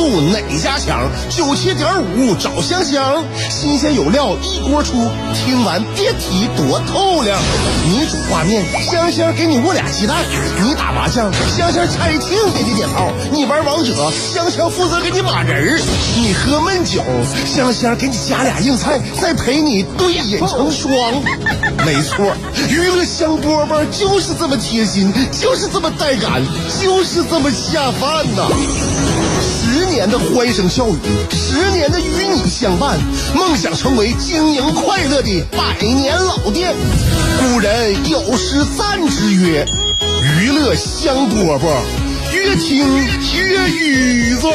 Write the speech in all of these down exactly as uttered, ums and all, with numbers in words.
速哪家强？九七点五找香香，新鲜有料一锅出，听完别提多透亮。你煮挂面，香香给你握俩鸡蛋；你打麻将，香香拆听给你点炮；你玩王者，香香负责给你码人；你喝闷酒，香香给你加俩硬菜，再陪你对饮成双。没错，娱乐香饽饽就是这么贴心，就是这么带感，就是这么下饭呐！十年的欢声笑语，十年的与你相伴，梦想成为经营快乐的百年老店。古人有诗赞之曰：娱乐香饽饽，越听越雨子。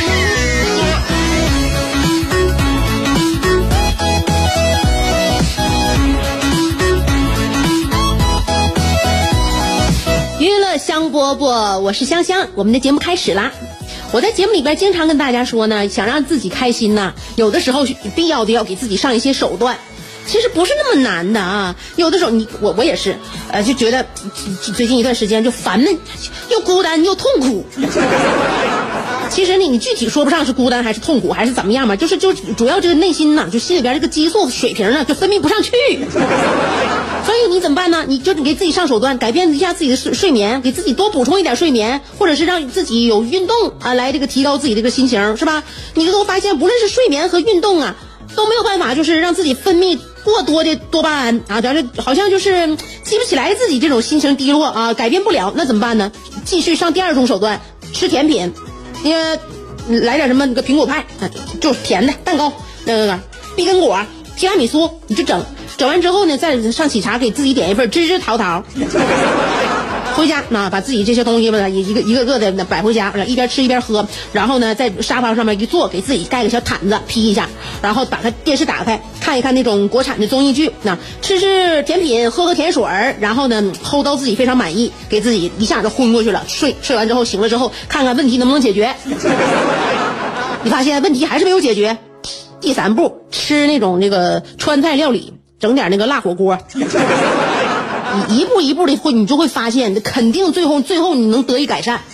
娱乐香饽饽，我是香香，我们的节目开始啦。我在节目里边经常跟大家说呢，想让自己开心呢，有的时候必要的要给自己上一些手段，其实不是那么难的啊。有的时候你我我也是，呃，就觉得最近一段时间就烦闷，又孤单又痛苦。其实你你具体说不上是孤单还是痛苦还是怎么样嘛，就是就主要这个内心呢，就心里边这个激素水平呢就分泌不上去。所以你怎么办呢？你就给自己上手段，改变一下自己的睡睡眠，给自己多补充一点睡眠，或者是让自己有运动啊，来这个提高自己这个心情，是吧？你就会发现，无论是睡眠和运动啊，都没有办法，就是让自己分泌过多的多巴胺啊，但是好像就是记不起来自己这种心情低落啊，改变不了，那怎么办呢？继续上第二种手段，吃甜品，你来点什么那个苹果派，啊、就是甜的蛋糕，那个碧根果、提拉米苏，你就整。整完之后呢，再上喜茶给自己点一份芝芝桃桃，回家那把自己这些东西吧，一个一个个的摆回家，一边吃一边喝，然后呢在沙发上面一坐，给自己盖个小毯子披一下，然后把开电视打开，看一看那种国产的综艺剧，那吃吃甜品，喝喝甜水，然后呢齁到自己非常满意，给自己一下就昏过去了，睡睡完之后醒了之后，看看问题能不能解决。你发现问题还是没有解决，第三步吃那种那个川菜料理。整点那个辣火锅，你一步一步的会，你就会发现，肯定最后最后你能得以改善。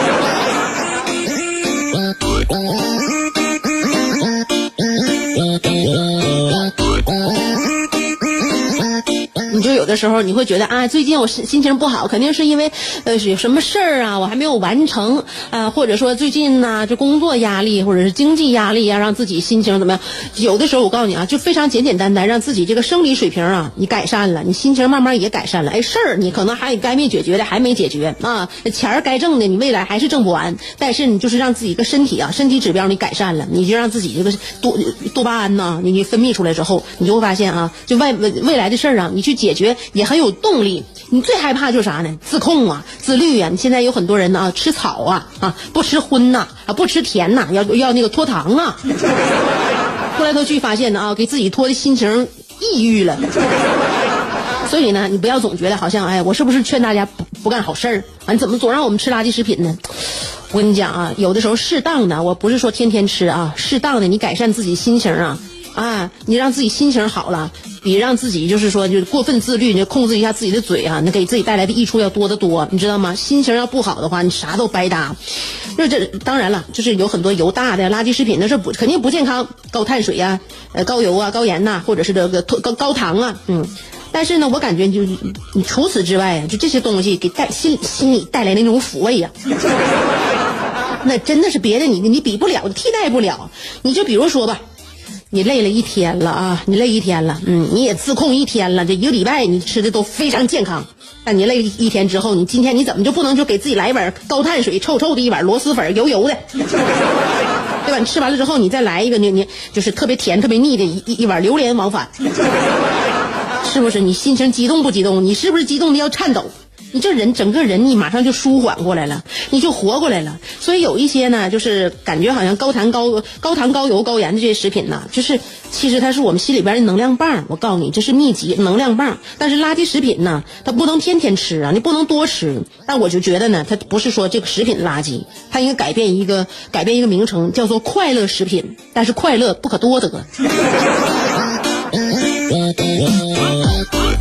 你就有的时候你会觉得啊，最近我心情不好，肯定是因为呃有什么事儿啊，我还没有完成啊，或者说最近呢、啊、这工作压力或者是经济压力啊，让自己心情怎么样？有的时候我告诉你啊，就非常简简单单，让自己这个生理水平啊你改善了，你心情慢慢也改善了。哎，事儿你可能还该没解决的还没解决啊，钱儿该挣的你未来还是挣不完，但是你就是让自己个身体啊身体指标你改善了，你就让自己这个多多巴胺呐、啊、你你分泌出来之后，你就会发现啊，就外未来的事儿啊，你去解决也很有动力。你最害怕就是啥呢？自控啊，自律啊。你现在有很多人呢啊，吃草啊啊，不吃荤呐 啊, 啊，不吃甜呐、啊，要要那个脱糖啊。拖来拖去发现呢啊，给自己拖的心情抑郁了。所以呢，你不要总觉得好像哎，我是不是劝大家不不干好事儿啊？你怎么总让我们吃垃圾食品呢？我跟你讲啊，有的时候适当的，我不是说天天吃啊，适当的你改善自己心情啊。啊，你让自己心情好了，比让自己就是说就是过分自律，你控制一下自己的嘴啊，那给自己带来的益处要多得多，你知道吗？心情要不好的话，你啥都白搭。那这当然了，就是有很多油大的垃圾食品，那是不肯定不健康，高碳水啊，呃，高油啊，高盐呐、啊，或者是这个高高糖啊，嗯。但是呢，我感觉就你除此之外啊，就这些东西给带心心里带来那种抚慰呀、啊，那真的是别的你你比不了，替代不了。你就比如说吧。你累了一天了啊，你累一天了，嗯，你也自控一天了，这一个礼拜你吃的都非常健康。但你累一天之后，你今天你怎么就不能就给自己来一碗高碳水、臭臭的一碗螺蛳粉，油油的，对吧？你吃完了之后，你再来一个你你就是特别甜、特别腻的一一碗榴莲往返，是不是？你心情激动不激动？你是不是激动的要颤抖？你这人整个人你马上就舒缓过来了，你就活过来了。所以有一些呢，就是感觉好像高糖高高糖高油高盐的这些食品呢，就是其实它是我们心里边的能量棒。我告诉你，这是秘籍，能量棒。但是垃圾食品呢，它不能天天吃啊，你不能多吃。但我就觉得呢，它不是说这个食品垃圾，它应该改变一个改变一个名称，叫做快乐食品。但是快乐不可多得。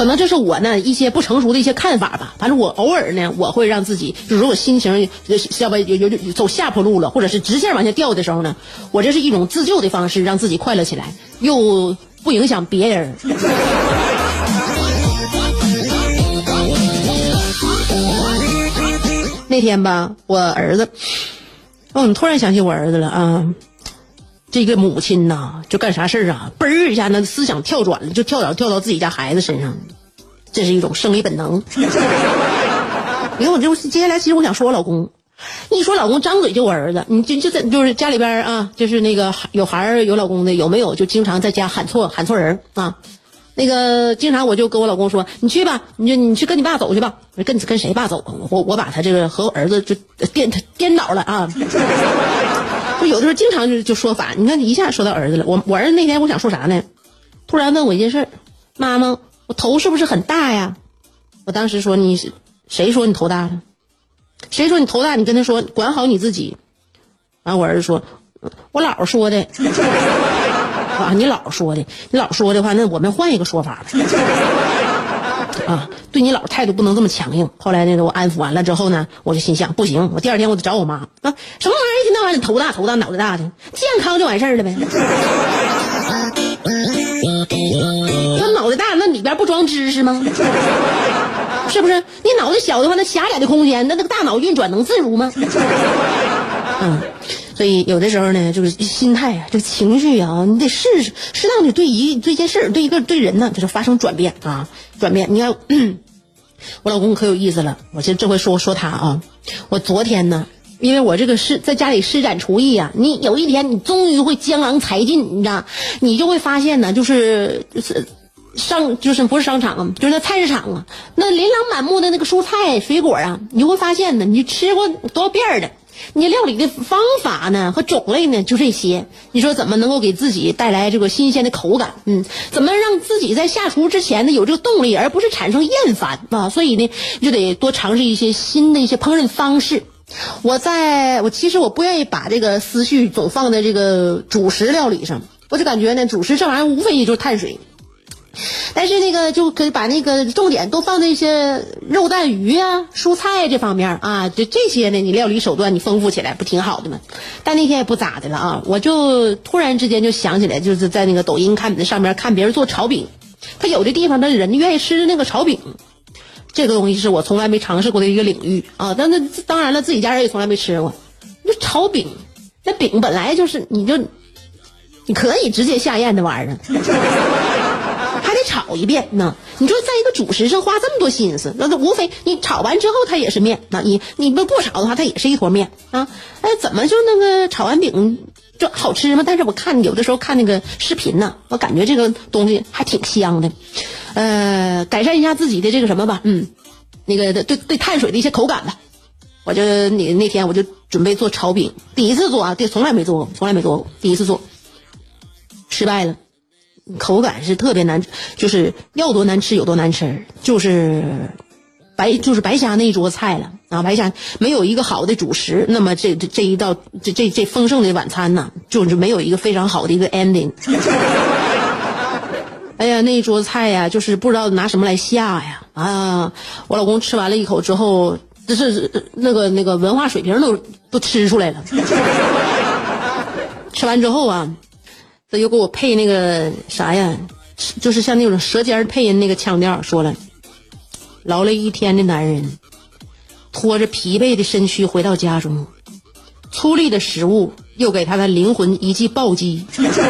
可能这是我呢一些不成熟的一些看法吧。反正我偶尔呢，我会让自己，就如果心情要不有有有走下坡路了，或者是直线往下掉的时候呢，我这是一种自救的方式，让自己快乐起来，又不影响别人。那天吧，我儿子，哦，你突然想起我儿子了啊。这个母亲呐，就干啥事啊，嘣儿一下，那思想跳转了，就跳到跳到自己家孩子身上，这是一种生理本能。你看，我就接下来，其实我想说我老公，一说老公张嘴就我儿子，你就就在就是家里边啊，就是那个有孩儿有老公的有没有，就经常在家喊错喊错人啊。那个经常我就跟我老公说，你去吧，你就你去跟你爸走去吧。跟跟谁爸走？我我把他这个和我儿子就颠颠倒了啊。就有的时候经常就就说反，你看一下说到儿子了。我我儿子那天我想说啥呢？突然问我一件事，妈妈，我头是不是很大呀？我当时说，你谁说你头大了？谁说你头大？你跟他说管好你自己。然后我儿子说，我姥说的。啊，你姥说的，你姥说的话，那我们换一个说法吧。啊，对你姥态度不能这么强硬。后来那个我安抚完了之后呢，我就心想，不行，我第二天我得找我妈啊，什么玩意儿一天到晚头大头大脑袋大的，健康就完事儿了呗。那脑袋大，那里边不装知识吗？是不是？你脑袋小的话，那狭窄的空间，那那个大脑运转能自如吗？嗯。所以有的时候呢，就是心态啊，这个情绪啊，你得适适当的对一对一件事，对一个对人呢，就是发生转变啊，转变。你看，嗯、我老公可有意思了，我这这回说说他啊，我昨天呢，因为我这个是在家里施展厨艺啊，你有一天你终于会江郎才尽，你知道，你就会发现呢，就是就是商就是不是商场啊，就是那菜市场啊，那琳琅满目的那个蔬菜水果啊，你就会发现呢，你吃过多少遍的。你料理的方法呢和种类呢就这些，你说怎么能够给自己带来这个新鲜的口感？嗯，怎么让自己在下厨之前呢有这个动力，而不是产生厌烦啊？所以呢，就得多尝试一些新的一些烹饪方式。我在我其实我不愿意把这个思绪总放在这个主食料理上，我就感觉呢，主食这玩意儿无非也就是碳水。但是那个就可以把那个重点都放在一些肉蛋鱼啊蔬菜这方面啊，就这些呢你料理手段你丰富起来不挺好的吗？但那天也不咋的了啊，我就突然之间就想起来，就是在那个抖音看上面看别人做炒饼，他有的地方的人愿意吃那个炒饼，这个东西是我从来没尝试过的一个领域啊。但那当然了，自己家人也从来没吃过。那炒饼，那饼本来就是你就你可以直接下咽的玩意儿。还得炒一遍呢，你说在一个主食上花这么多心思，那无非你炒完之后它也是面，那你你不不炒的话它也是一坨面啊。哎，怎么就那个炒完饼就好吃吗？但是我看有的时候看那个视频呢，我感觉这个东西还挺香的。呃，改善一下自己的这个什么吧，嗯，那个对对碳水的一些口感吧。我就你那天我就准备做炒饼，第一次做啊，对，从来没做过，从来没做过，第一次做，失败了。口感是特别难，就是要多难吃有多难吃，就是白就是白瞎那一桌菜了啊！白瞎没有一个好的主食，那么这这这一道这这这丰盛的晚餐呢，就是没有一个非常好的一个 ending。哎呀，那一桌菜呀，就是不知道拿什么来下呀啊！我老公吃完了一口之后，这是那个那个文化水平都都吃出来了。吃完之后啊。他又给我配那个啥呀，就是像那种舌尖配音那个腔调，说了，劳累一天的男人拖着疲惫的身躯回到家中，粗粝的食物又给他的灵魂一记暴击。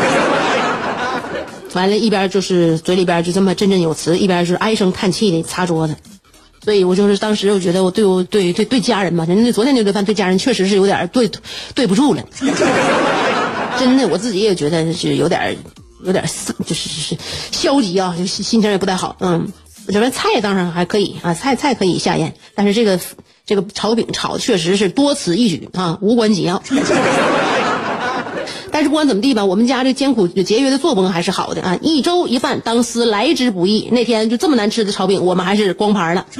完了，一边就是嘴里边就这么振振有词，一边是唉声叹气的擦桌子。所以我就是当时我觉得我对我对对对家人嘛，人家昨天那顿饭对家人确实是有点对对不住了。真的，我自己也觉得是有点有点就是是消极啊，就心情也不太好。嗯，这边菜当然还可以啊，菜菜可以下咽，但是这个这个炒饼炒的确实是多此一举啊，无关紧要。但是不管怎么地吧，我们家这艰苦节约的作风还是好的啊，一粥一饭当思来之不易。那天就这么难吃的炒饼，我们还是光盘了。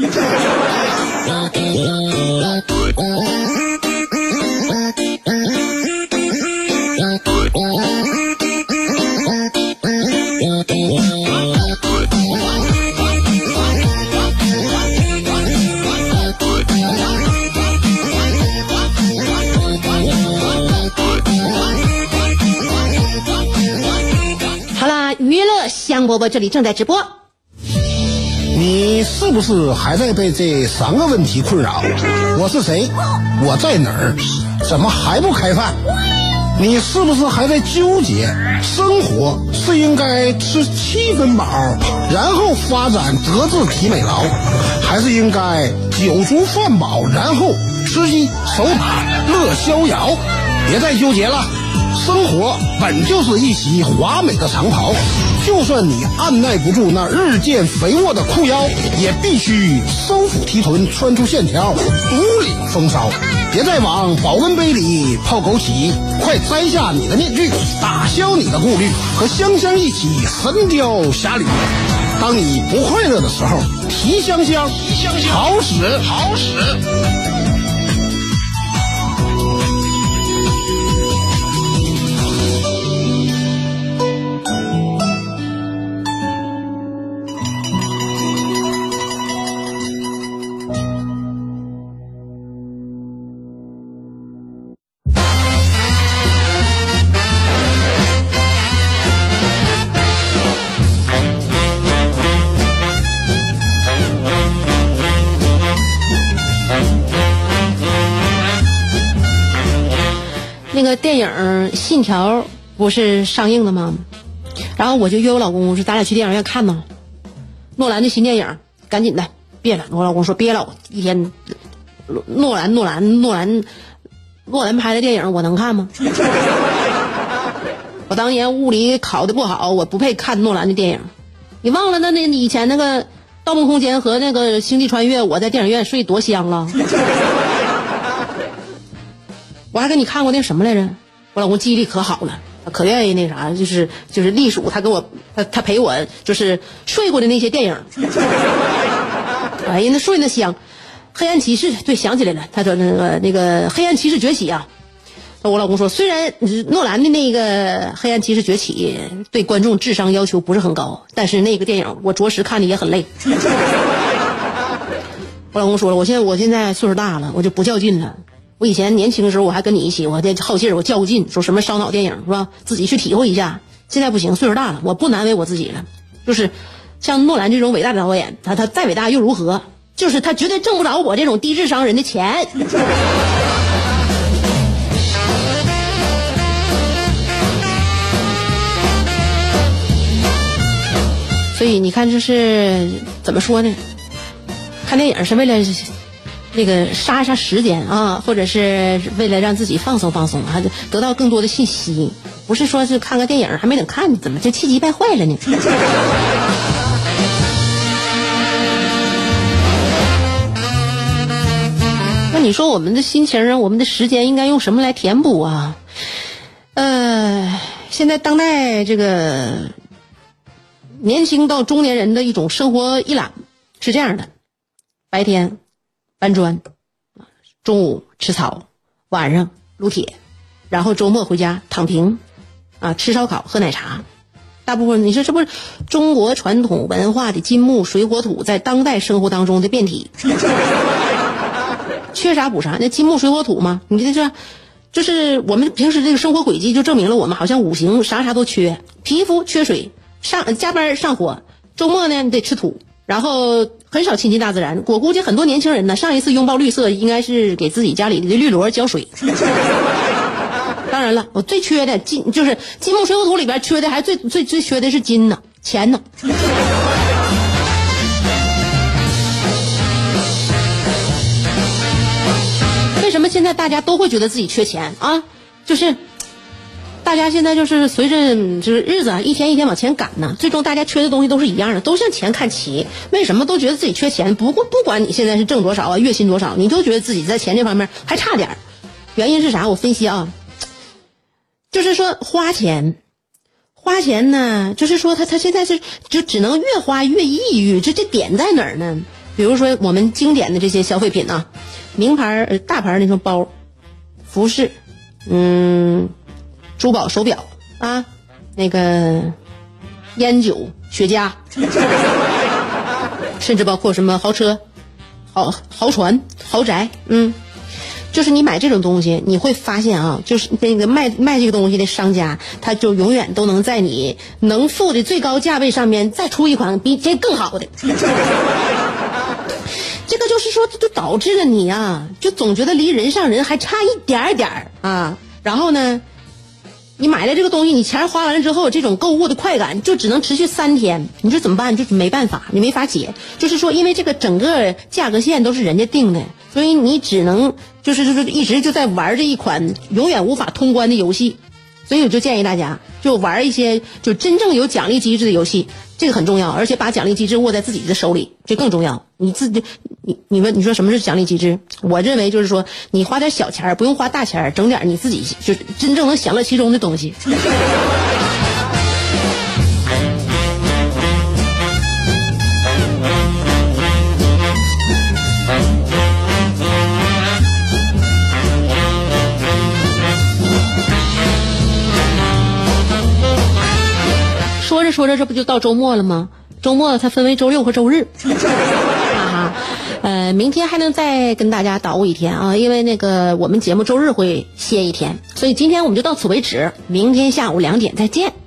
张伯伯这里正在直播。 你是不是还在被这三个问题困扰？我是谁？我在哪儿？怎么还不开饭？你是不是还在纠结生活是应该吃七分饱，然后发展德智体美劳，还是应该酒足饭饱，然后吃鸡守塔乐逍遥？别再纠结了，生活本就是一袭华美的长袍，就算你按耐不住那日渐肥沃的裤腰，也必须收腹提臀，穿出线条，独领风骚。别再往保温杯里泡枸杞，快摘下你的面具，打消你的顾虑，和香香一起神雕侠侣。当你不快乐的时候，提香香，好使好使。 那个电影《信条》不是上映的吗？然后我就约我老公说咱俩去电影院看呢。诺兰的新电影，赶紧的，别了。我老公说别了，一天诺兰诺兰诺兰诺兰拍的电影我能看吗？我当年物理考的不好，我不配看诺兰的电影。你忘了那那以前那个《盗梦空间》和那个《星际穿越》，我在电影院睡多香了。我还跟你看过那什么来着？我老公记忆力可好了，他可愿意那啥，就是就是隶属他跟我他他陪我就是睡过的那些电影。哎呀，那睡那香。黑暗骑士，对，想起来了，他说那个那个黑暗骑士崛起啊。我老公说，虽然诺兰的那个黑暗骑士崛起对观众智商要求不是很高，但是那个电影我着实看的也很累。我老公说了，我现在我现在岁数大了，我就不较劲了。我以前年轻的时候我还跟你一起，我这好劲儿，我较劲，说什么烧脑电影是吧？自己去体会一下。现在不行，岁数大了，我不难为我自己了。就是像诺兰这种伟大的导演，他他再伟大又如何？就是他绝对挣不着我这种低智商人的钱。所以你看，这是怎么说呢？看电影是为了那个杀一杀时间啊，或者是为了让自己放松放松，还得到更多的信息，不是说是看个电影还没等看，怎么就气急败坏了呢？那你说我们的心情啊，我们的时间应该用什么来填补啊？呃，现在当代这个年轻到中年人的一种生活一览是这样的：白天搬砖，中午吃草，晚上撸铁，然后周末回家躺平，啊，吃烧烤喝奶茶。大部分你说这不是中国传统文化的金木水火土在当代生活当中的变体？缺啥补啥，那金木水火土嘛，你这这就是我们平时这个生活轨迹就证明了我们好像五行啥啥都缺，皮肤缺水，上加班上火，周末呢你得吃土。然后很少亲近大自然，我估计很多年轻人呢，上一次拥抱绿色应该是给自己家里的绿萝浇水。当然了，我最缺的金就是金木水火土里边缺的还最最最缺的是金呢，钱呢。为什么现在大家都会觉得自己缺钱啊？就是大家现在就是随着就是日子啊一天一天往前赶呢，最终大家缺的东西都是一样的，都向钱看齐。为什么都觉得自己缺钱？不过不管你现在是挣多少啊，月薪多少，你都觉得自己在钱这方面还差点。原因是啥？我分析啊，就是说花钱，花钱呢，就是说他他现在是就只能越花越抑郁，这这点在哪儿呢？比如说我们经典的这些消费品啊，名牌呃大牌那种包、服饰，嗯。珠宝手表啊，那个烟酒雪茄，甚至包括什么豪车、豪豪船、豪宅，嗯， 就是你买这种东西，你会发现啊，就是那个卖卖这个东西的商家，他就永远都能在你能付的最高价位上面再出一款比这更好的。这个就是说，就导致了你啊，就总觉得离人上人还差一点点啊。然后呢，你买了这个东西，你钱花完了之后，这种购物的快感就只能持续三天。你说怎么办？就是没办法，你没法解。就是说，因为这个整个价格线都是人家定的，所以你只能就是就是一直就在玩这一款永远无法通关的游戏。所以我就建议大家，就玩一些就真正有奖励机制的游戏，这个很重要，而且把奖励机制握在自己的手里，这更重要。你自己，你你问你说什么是奖励机制？我认为就是说，你花点小钱，不用花大钱，整点你自己就真正能享乐其中的东西。说着说着，这不就到周末了吗？周末它分为周六和周日，哈哈，呃，明天还能再跟大家捣鼓一天啊，因为那个我们节目周日会歇一天，所以今天我们就到此为止，明天下午两点再见。